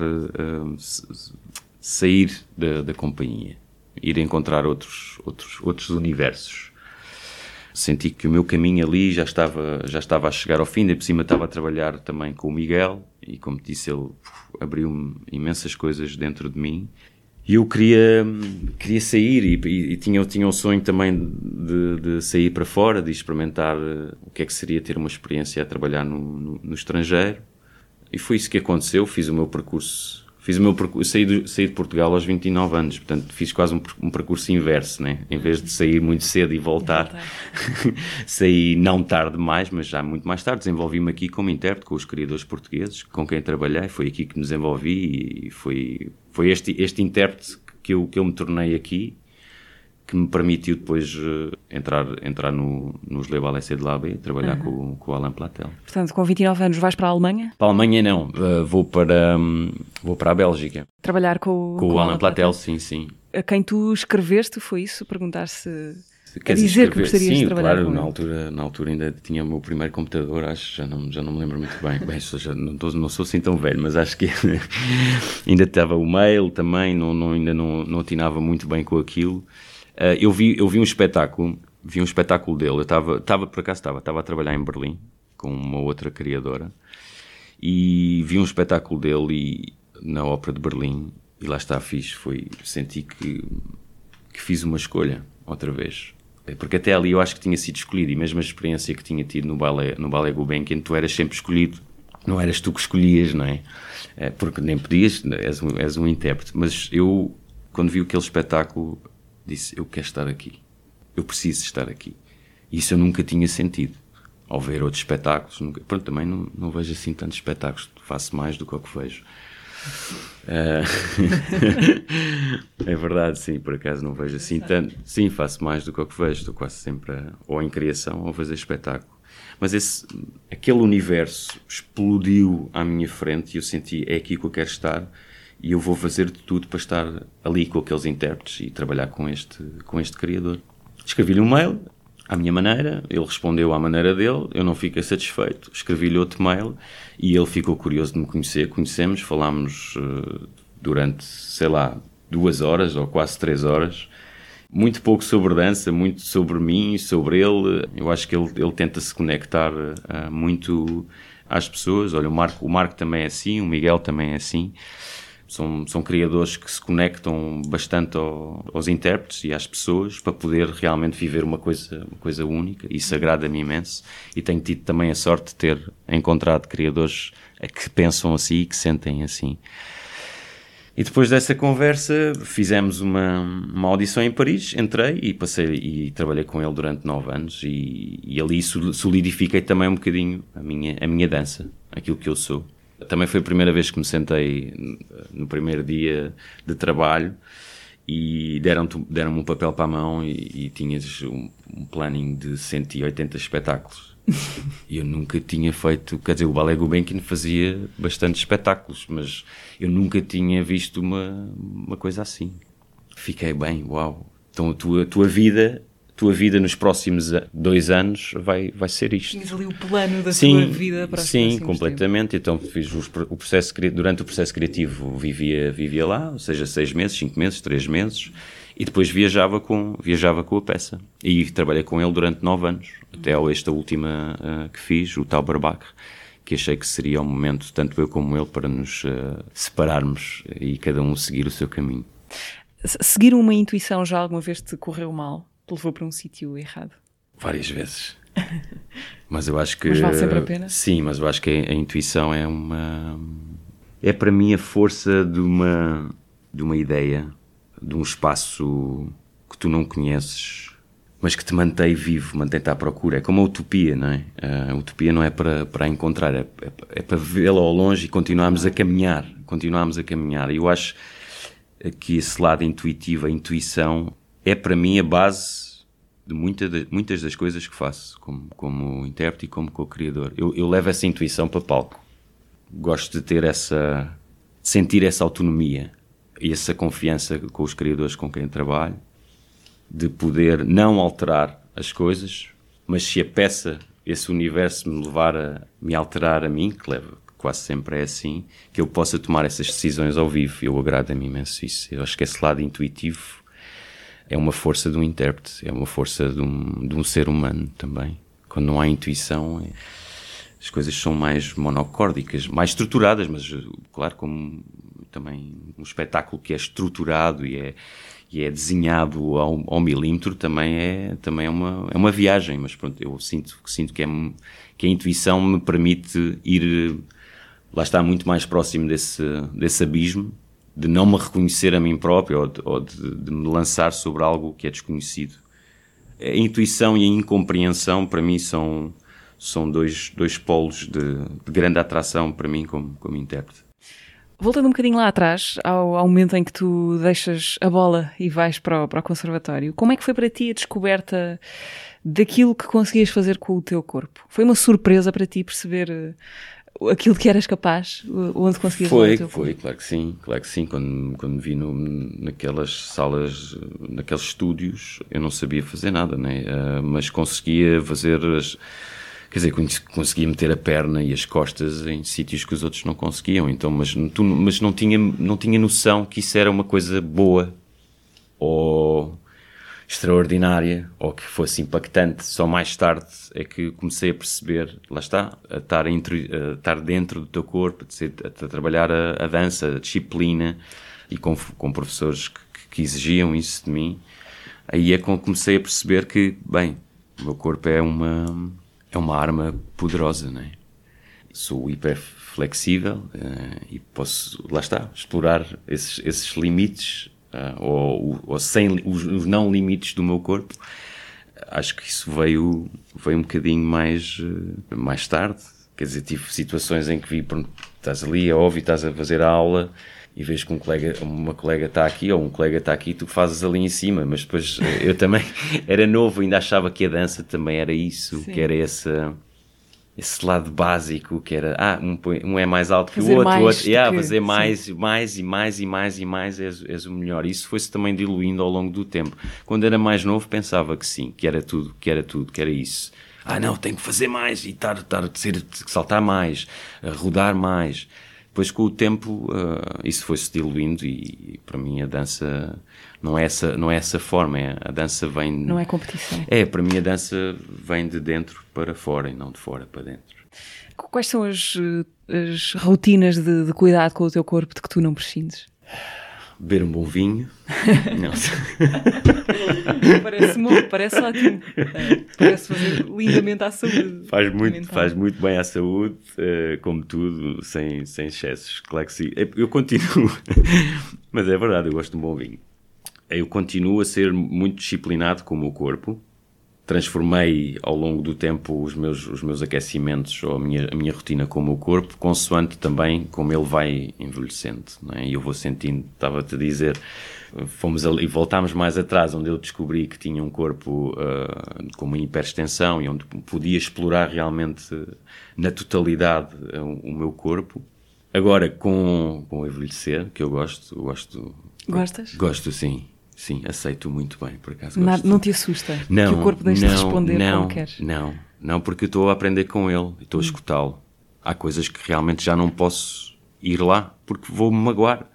sair da companhia, ir encontrar outros universos. Senti que o meu caminho ali já estava a chegar ao fim, de por cima estava a trabalhar também com o Miguel, e como te disse, ele abriu imensas coisas dentro de mim. E eu queria sair e tinha o sonho também de sair para fora, de experimentar o que é que seria ter uma experiência a trabalhar no estrangeiro. E foi isso que aconteceu. Fiz o meu percurso, saí de Portugal aos 29 anos, portanto fiz quase um percurso inverso, né? Em vez de sair muito cedo e voltar. Saí não tarde demais, mas já muito mais tarde. Desenvolvi-me aqui como intérprete com os criadores portugueses com quem trabalhei. Foi aqui que me desenvolvi e foi este intérprete que eu me tornei aqui, que me permitiu depois entrar nos Le Ballet de l'Abbé, trabalhar com o Alain Platel. Portanto, com 29 anos vais para a Alemanha? Para a Alemanha não, vou para a Bélgica. Trabalhar com o Alain Platel, sim. A quem tu escreveste, foi isso? Perguntar se... A dizer que gostarias de trabalhar claro, com ele? Na altura ainda tinha o meu primeiro computador, acho, já não me lembro muito bem. Não sou assim tão velho, mas acho que ainda estava o mail também, ainda não atinava muito bem com aquilo. Eu vi um espetáculo dele. Eu estava a trabalhar em Berlim com uma outra criadora e vi um espetáculo dele na Ópera de Berlim e lá está, senti que fiz uma escolha outra vez, porque até ali eu acho que tinha sido escolhido, e mesmo a experiência que tinha tido no Ballet Gulbenkian, tu eras sempre escolhido, não eras tu que escolhias, não é? Porque nem podias, és um intérprete. Mas eu, quando vi aquele espetáculo, disse, eu quero estar aqui, eu preciso estar aqui. E isso eu nunca tinha sentido. Ao ver outros espetáculos, também não vejo assim tantos espetáculos, faço mais do que o que vejo. É verdade, sim, por acaso não vejo assim tanto. Sim, faço mais do que o que vejo, estou quase sempre ou em criação ou a fazer espetáculo. Mas aquele universo explodiu à minha frente e eu senti, é aqui que eu quero estar e eu vou fazer de tudo para estar ali com aqueles intérpretes e trabalhar com este criador. Escrevi-lhe um mail, à minha maneira, ele respondeu à maneira dele, eu não fiquei satisfeito, escrevi-lhe outro mail e ele ficou curioso de me conhecer, conhecemos, falámos durante, sei lá, 2 horas ou quase 3 horas, muito pouco sobre dança, muito sobre mim, sobre ele. Eu acho que ele tenta se conectar muito às pessoas. Olha, o Marco também é assim, o Miguel também é assim. São criadores que se conectam bastante aos intérpretes e às pessoas para poder realmente viver uma coisa única. Isso agrada-me imenso. E tenho tido também a sorte de ter encontrado criadores que pensam assim e que sentem assim. E depois dessa conversa fizemos uma audição em Paris, entrei e trabalhei com ele durante 9 anos e ali solidifiquei também um bocadinho a minha dança, aquilo que eu sou. Também foi a primeira vez que me sentei no primeiro dia de trabalho e deram-me um papel para a mão e tinhas um planning de 180 espetáculos. Eu nunca tinha feito, quer dizer, o Ballet Gulbenkian fazia bastantes espetáculos, mas eu nunca tinha visto uma coisa assim. Fiquei bem, uau. Então a tua vida nos próximos 2 anos vai ser isto. Tinhas ali o plano da tua vida para os próximos Sim, completamente. Tempos. Então fiz durante o processo criativo vivia lá, ou seja, 6 meses, 5 meses, 3 meses, e depois viajava com a peça. E trabalhei com ele durante 9 anos, até esta última que fiz, o Tauberbach, que achei que seria o momento, tanto eu como ele, para nos separarmos e cada um seguir o seu caminho. Seguir uma intuição já alguma vez te correu mal? Te levou para um sítio errado? Várias vezes. Mas eu acho que... Mas vale sempre a pena? Sim, mas eu acho que a intuição é para mim a força de uma ideia, de um espaço que tu não conheces, mas que te mantém vivo, mantém-te à procura. É como a utopia, não é? A utopia não é para a encontrar, é para vê-la ao longe e continuarmos a caminhar. E eu acho que esse lado intuitivo, a intuição, é para mim a base de muitas das coisas que faço, como intérprete e como co-criador. Eu levo essa intuição para palco. Gosto de sentir essa autonomia e essa confiança com os criadores com quem trabalho, de poder não alterar as coisas, mas se a peça, esse universo me levar a me alterar a mim, que quase sempre é assim, que eu possa tomar essas decisões ao vivo. Eu agrada-me imenso isso. Eu acho que esse lado intuitivo é uma força de um intérprete, é uma força de um ser humano também. Quando não há intuição, as coisas são mais monocórdicas, mais estruturadas, mas claro, como também um espetáculo que é estruturado e é desenhado ao milímetro, também é uma viagem, mas pronto, eu sinto que a intuição me permite ir, lá está, muito mais próximo desse abismo, de não me reconhecer a mim próprio ou de me lançar sobre algo que é desconhecido. A intuição e a incompreensão, para mim, são dois polos de grande atração para mim como intérprete. Voltando um bocadinho lá atrás, ao momento em que tu deixas a bola e vais para o conservatório, como é que foi para ti a descoberta daquilo que conseguias fazer com o teu corpo? Foi uma surpresa para ti perceber aquilo que eras capaz, onde conseguias levar o teu corpo? Foi, claro que sim. Quando me vi naquelas salas, naqueles estúdios, eu não sabia fazer nada, né? Mas conseguia fazer quer dizer, conseguia meter a perna e as costas em sítios que os outros não conseguiam, então, mas não tinha noção que isso era uma coisa boa ou extraordinária ou que fosse impactante. Só mais tarde é que comecei a perceber, lá está, a estar dentro do teu corpo, a trabalhar a dança, a disciplina, e com professores que exigiam isso de mim. Aí é quando comecei a perceber que, bem, o meu corpo é uma arma poderosa, não é? Sou hiper flexível e posso, lá está, explorar esses limites ou sem os não limites do meu corpo. Acho que isso veio um bocadinho mais tarde. Quer dizer, tive situações em que vi Estás ali, é óbvio, estás a fazer a aula e vês que uma colega está aqui ou um colega está aqui, tu fazes ali em cima, mas depois eu também era novo, ainda achava que a dança também era isso, que era esse lado básico, que era, um é mais alto que o outro, fazer mais, és o melhor. Isso foi-se também diluindo ao longo do tempo. Quando era mais novo pensava que sim, que era tudo, que era isso. Não, tenho que fazer mais e saltar mais, rodar mais. Depois com o tempo isso foi-se diluindo e para mim a dança não é essa forma, a dança vem... Não é competição. Para mim a dança vem de dentro para fora e não de fora para dentro. Quais são as rotinas de cuidado com o teu corpo de que tu não prescindes? Beber um bom vinho. Não. Parece ótimo. Parece fazer lindamente à saúde. Faz muito bem à saúde, como tudo, sem excessos. Claro que sim. Eu continuo, mas é verdade, eu gosto de um bom vinho. Eu continuo a ser muito disciplinado com o meu corpo. Transformei ao longo do tempo os meus aquecimentos ou a minha rotina com o meu corpo, consoante também como ele vai envelhecendo, não é? E eu vou sentindo, estava-te a dizer, fomos ali, voltámos mais atrás, onde eu descobri que tinha um corpo com uma hiperextensão e onde podia explorar realmente na totalidade o meu corpo. Agora, com o envelhecer, que eu gosto... Gostas? Gosto, sim. Sim, aceito muito bem, por acaso gosto. Gosto. Não te assusta que o corpo deixe de responder como queres? Não, porque eu estou a aprender com ele, estou a escutá-lo. Há coisas que realmente já não posso ir lá, porque vou-me magoar.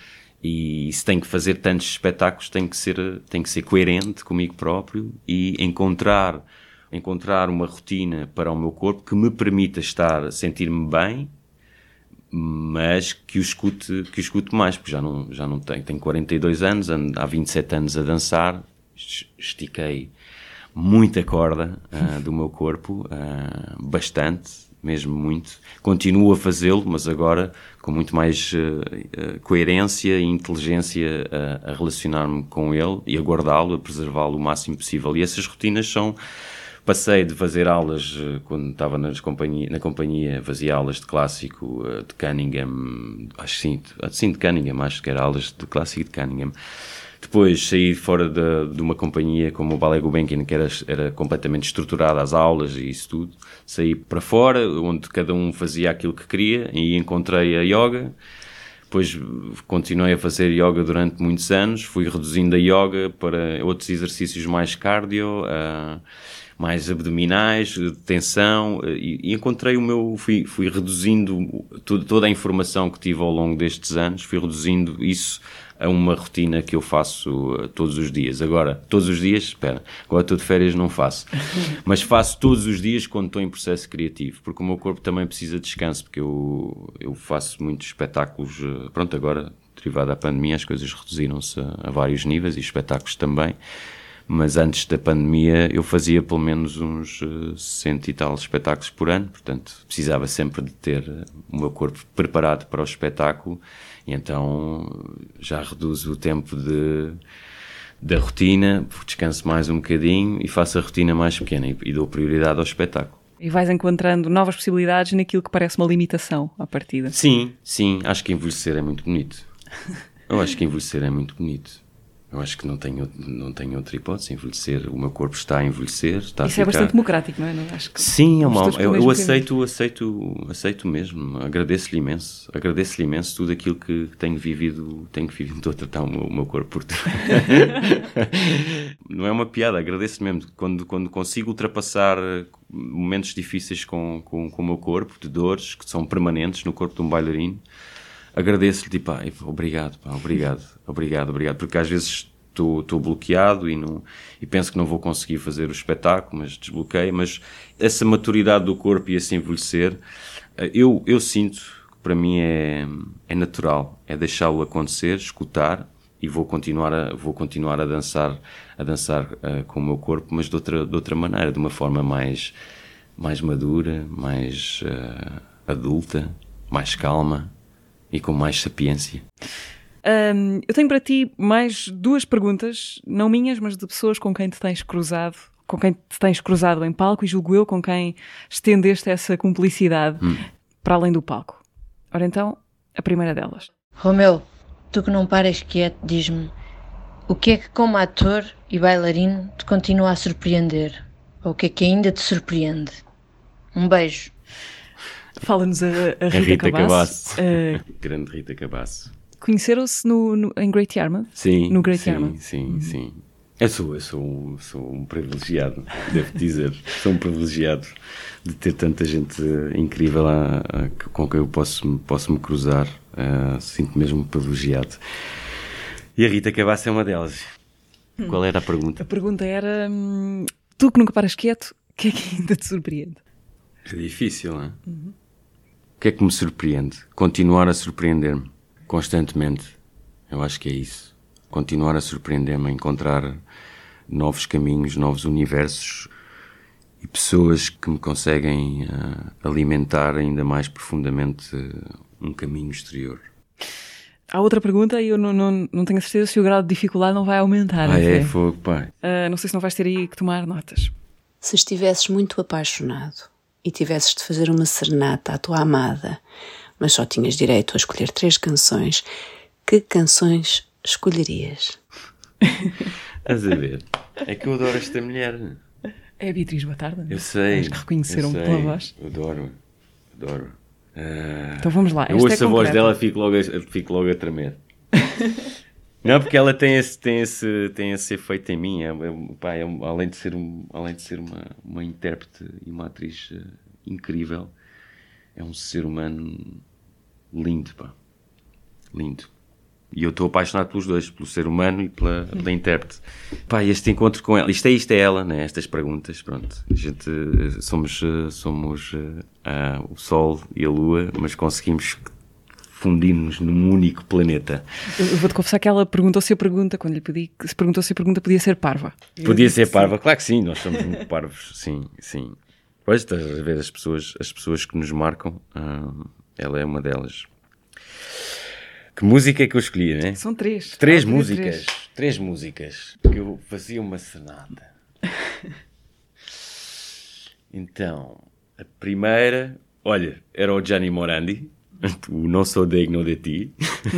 E se tenho que fazer tantos espetáculos, tenho que ser coerente comigo próprio e encontrar uma rotina para o meu corpo que me permita sentir-me bem, mas que o escute mais, porque já não tenho 42 anos, há 27 anos a dançar, estiquei muita corda do meu corpo, bastante, mesmo muito. Continuo a fazê-lo, mas agora com muito mais coerência e inteligência a relacionar-me com ele e a guardá-lo, a preservá-lo o máximo possível. E essas rotinas são... Passei de fazer aulas, quando estava na companhia, fazia aulas de clássico de Cunningham, de Cunningham, acho que era aulas de clássico de Cunningham. Depois saí fora de uma companhia como o Ballet Gulbenkian, que era completamente estruturada, as aulas e isso tudo. Saí para fora, onde cada um fazia aquilo que queria, e encontrei a yoga. Depois continuei a fazer yoga durante muitos anos, fui reduzindo a yoga para outros exercícios mais cardio, mais abdominais, de tensão, e encontrei fui reduzindo toda a informação que tive ao longo destes anos, fui reduzindo isso a uma rotina que eu faço todos os dias. Agora, todos os dias, agora estou de férias, não faço, mas faço todos os dias quando estou em processo criativo, porque o meu corpo também precisa de descanso, porque eu faço muitos espetáculos, agora, derivado da pandemia, as coisas reduziram-se a vários níveis, e espetáculos também. Mas antes da pandemia eu fazia pelo menos uns 100 e tal espetáculos por ano, portanto precisava sempre de ter o meu corpo preparado para o espetáculo, e então já reduzo o tempo da rotina, descanso mais um bocadinho e faço a rotina mais pequena e dou prioridade ao espetáculo. E vais encontrando novas possibilidades naquilo que parece uma limitação à partida. Sim, acho que envelhecer é muito bonito. Eu acho que envelhecer é muito bonito. Eu acho que não tenho outra hipótese. Envelhecer, o meu corpo está a envelhecer. Isso é bastante democrático, não é? Não, acho que sim, eu aceito mesmo. Agradeço-lhe imenso tudo aquilo que tenho vivido. Estou a tratar o meu corpo por tudo. Não é uma piada, agradeço mesmo. Quando consigo ultrapassar momentos difíceis com o meu corpo, de dores que são permanentes no corpo de um bailarino, agradeço-lhe, obrigado, porque às vezes estou bloqueado e penso que não vou conseguir fazer o espetáculo, mas desbloqueio. Mas essa maturidade do corpo e esse envelhecer, eu sinto que para mim é natural, é deixá-lo acontecer, escutar, e vou continuar a dançar com o meu corpo, mas de outra maneira, de uma forma mais madura, mais adulta, mais calma e com mais sapiência. Eu tenho para ti mais 2 perguntas, não minhas, mas de pessoas com quem te tens cruzado em palco, e julgo eu com quem estendeste essa cumplicidade para além do palco. Ora então, a primeira delas. Romeu, tu que não paras quieto, diz-me, o que é que como ator e bailarino te continua a surpreender? Ou o que é que ainda te surpreende? Um beijo. Fala-nos a A Rita Rita Cabasso. Cabasso. Grande Rita Cabasso. Conheceram-se em Great Yarmouth? Sim, No Great sim, Yarmouth. sim. Eu sou um privilegiado, devo dizer. Sou um privilegiado de ter tanta gente incrível com quem eu posso me cruzar. Sinto mesmo privilegiado. E a Rita Cabasso é uma delas. Qual era a pergunta? A pergunta era, tu que nunca paras quieto, o que é que ainda te surpreende? É difícil, não é? O que é que me surpreende? Continuar a surpreender-me constantemente. Eu acho que é isso. Continuar a surpreender-me, a encontrar novos caminhos, novos universos e pessoas que me conseguem alimentar ainda mais profundamente um caminho exterior. Há outra pergunta e eu não tenho a certeza se o grau de dificuldade não vai aumentar. É fogo, pai. Não sei se não vais ter aí que tomar notas. Se estivesses muito apaixonado e tivesses de fazer uma serenata à tua amada, mas só tinhas direito a escolher 3 canções, que canções escolherias? Estás a ver? É que eu adoro esta mulher. É a Beatriz Batarda? Eu sei. Acho que reconheceram eu pela sei. voz. Eu adoro. Então vamos lá. Eu Esta ouço é a voz concreta. dela e fico logo a tremer. Não, porque ela tem esse efeito em mim. Além de ser uma intérprete e uma atriz incrível, é um ser humano lindo, pá. Lindo. E eu estou apaixonado pelos dois, pelo ser humano e pela intérprete. Pá, este encontro com ela, isto é ela, né? Estas perguntas, pronto. A gente somos o Sol e a Lua, mas conseguimos fundir-nos num único planeta. Eu vou-te confessar que ela perguntou se a pergunta, quando lhe pedi, se perguntou se a pergunta podia ser parva. Podia ser parva, claro que sim, nós somos muito parvos, sim. Pois, estás a ver as pessoas que nos marcam, ela é uma delas. Que música é que eu escolhi, né? São 3. Três músicas que eu fazia uma serenata. Então, a primeira, olha, era o Gianni Morandi, o Não Sou Digno de Ti.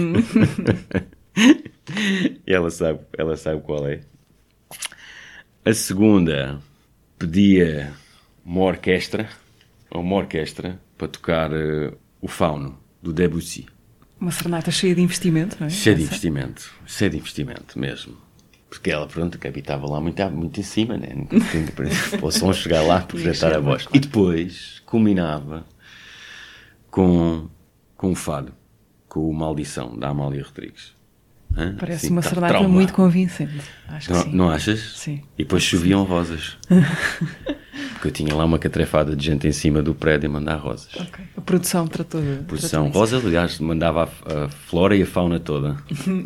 E ela sabe qual é. A segunda, pedia uma orquestra para tocar o Fauno, do Debussy. Uma serenata cheia de investimento, não é? Cheio de investimento mesmo. Porque ela, pronto, que habitava lá muito em cima, né? Nunca possam chegar lá para projetar a voz. Claro. E depois culminava com o fado, com o Maldição, da Amália Rodrigues. Parece Assim, uma tá serenata traumado. muito convincente. Acho que sim. Não achas? Sim. E depois choviam rosas. Porque eu tinha lá uma catrefada de gente em cima do prédio a mandar rosas. Ok. A produção tratou de... Produção rosa, aliás, mandava a flora e a fauna toda.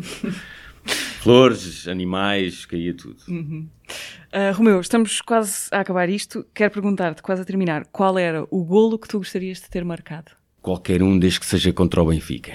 Flores, animais, caía tudo. Romeu, estamos quase a acabar isto. Quero perguntar-te, quase a terminar, qual era o golo que tu gostarias de ter marcado? Qualquer um, desde que seja contra o Benfica.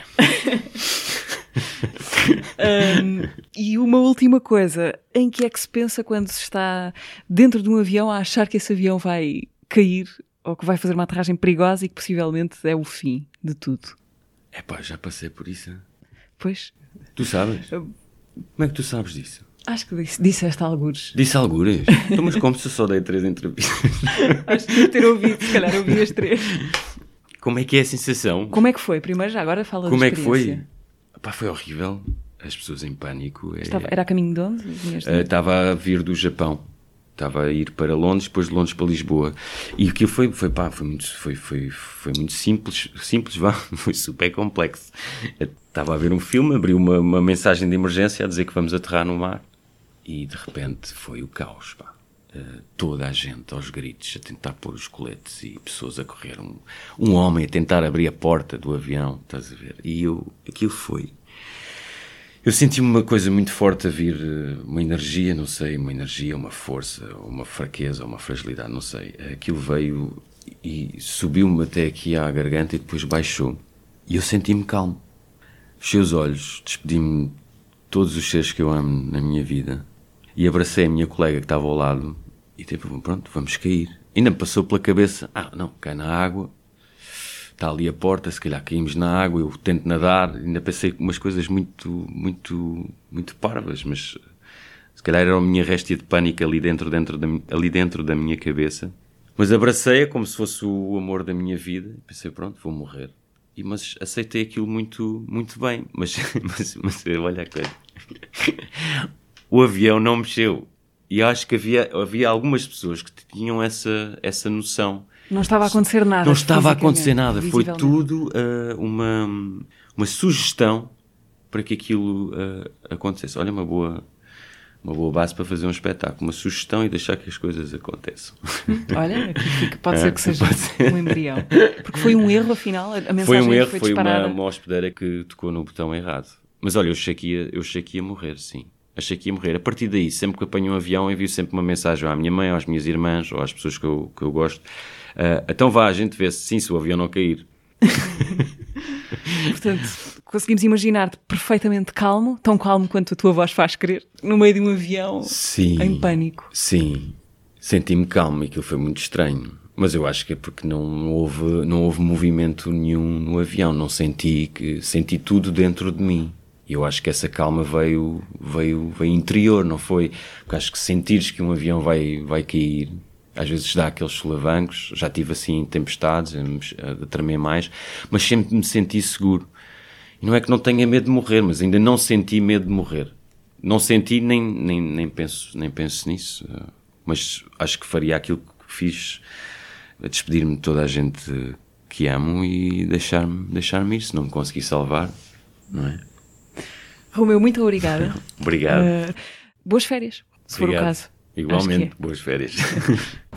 E uma última coisa, em que é que se pensa quando se está dentro de um avião a achar que esse avião vai cair ou que vai fazer uma aterragem perigosa e que possivelmente é o fim de tudo? Epá, já passei por isso. Pois, Tu sabes? Como é que tu sabes disso? acho que disseste algures. Disse algures. Então, mas como se eu só dei 3 entrevistas? Acho que deve ter ouvido, se calhar ouvi as 3. Como é que é a sensação? Como é que foi? Primeiro, já agora fala Como da é que experiência. foi? Epá, foi horrível. As pessoas em pânico. Era a caminho de onde? Estava a vir do Japão. Estava a ir para Londres, depois de Londres para Lisboa. E aquilo foi muito simples, vá. Foi super complexo. Estava a ver um filme, abriu uma mensagem de emergência a dizer que vamos aterrar no mar. E de repente foi o caos, pá. Toda a gente aos gritos a tentar pôr os coletes e pessoas a correr. Um homem a tentar abrir a porta do avião, estás a ver? E aquilo foi... Eu senti uma coisa muito forte a vir, uma energia, não sei, uma força, uma fraqueza, uma fragilidade, não sei. Aquilo veio e subiu-me até aqui à garganta e depois baixou. E eu senti-me calmo. Fechei os olhos, despedi-me de todos os seres que eu amo na minha vida e abracei a minha colega que estava ao lado e tipo, pronto, vamos cair. Ainda me passou pela cabeça, não, cai na água, está ali a porta, se calhar caímos na água, eu tento nadar, ainda pensei umas coisas muito parvas, mas se calhar era a minha réstia de pânico ali dentro da minha cabeça. Mas abracei-a como se fosse o amor da minha vida, e pensei, pronto, vou morrer. Mas aceitei aquilo muito, muito bem, mas olha a coisa, o avião não mexeu, e acho que havia algumas pessoas que tinham essa noção. Não estava a acontecer nada. Não estava a acontecer nada. Foi visivelmente. tudo uma sugestão para que aquilo acontecesse. Olha, uma boa base para fazer um espetáculo. Uma sugestão e deixar que as coisas aconteçam. Olha, aqui pode ser que seja um embrião. Porque foi um erro, afinal, a mensagem Foi um erro, foi foi disparada. uma hospedeira que tocou no botão errado. Mas olha, eu achei que ia morrer, sim. Achei que ia morrer. A partir daí, sempre que apanho um avião, envio sempre uma mensagem à minha mãe, às minhas irmãs, ou às pessoas que eu gosto. Então vá, a gente vê se o avião não cair. Portanto, conseguimos imaginar-te perfeitamente calmo, tão calmo quanto a tua voz faz crer, no meio de um avião em pânico. Sim, senti-me calmo e aquilo foi muito estranho. Mas eu acho que é porque não houve movimento nenhum no avião. Não senti tudo dentro de mim. E eu acho que essa calma veio interior, não foi? Porque acho que sentires que um avião vai cair, às vezes dá aqueles solavancos. Já tive assim tempestades, a tremer mais, mas sempre me senti seguro. E não é que não tenha medo de morrer, mas ainda não senti medo de morrer. Não senti, nem penso nisso. Mas acho que faria aquilo que fiz, a despedir-me de toda a gente que amo e deixar-me ir, se não me conseguir salvar, não é? Romeu, muito obrigada. Obrigado. Boas férias, se for o caso. Igualmente, boas férias.